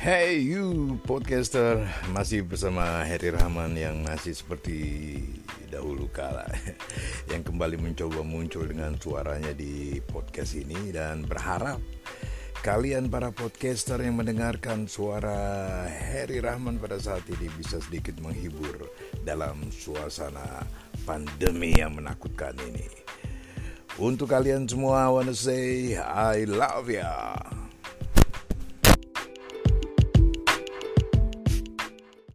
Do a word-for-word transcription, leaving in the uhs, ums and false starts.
Hey you podcaster, masih bersama Heri Rahman yang masih seperti dahulu kala yang kembali mencoba muncul dengan suaranya di podcast ini, dan berharap kalian para podcaster yang mendengarkan suara Heri Rahman pada saat ini bisa sedikit menghibur dalam suasana pandemi yang menakutkan ini. Untuk kalian semua, I wanna say I love ya.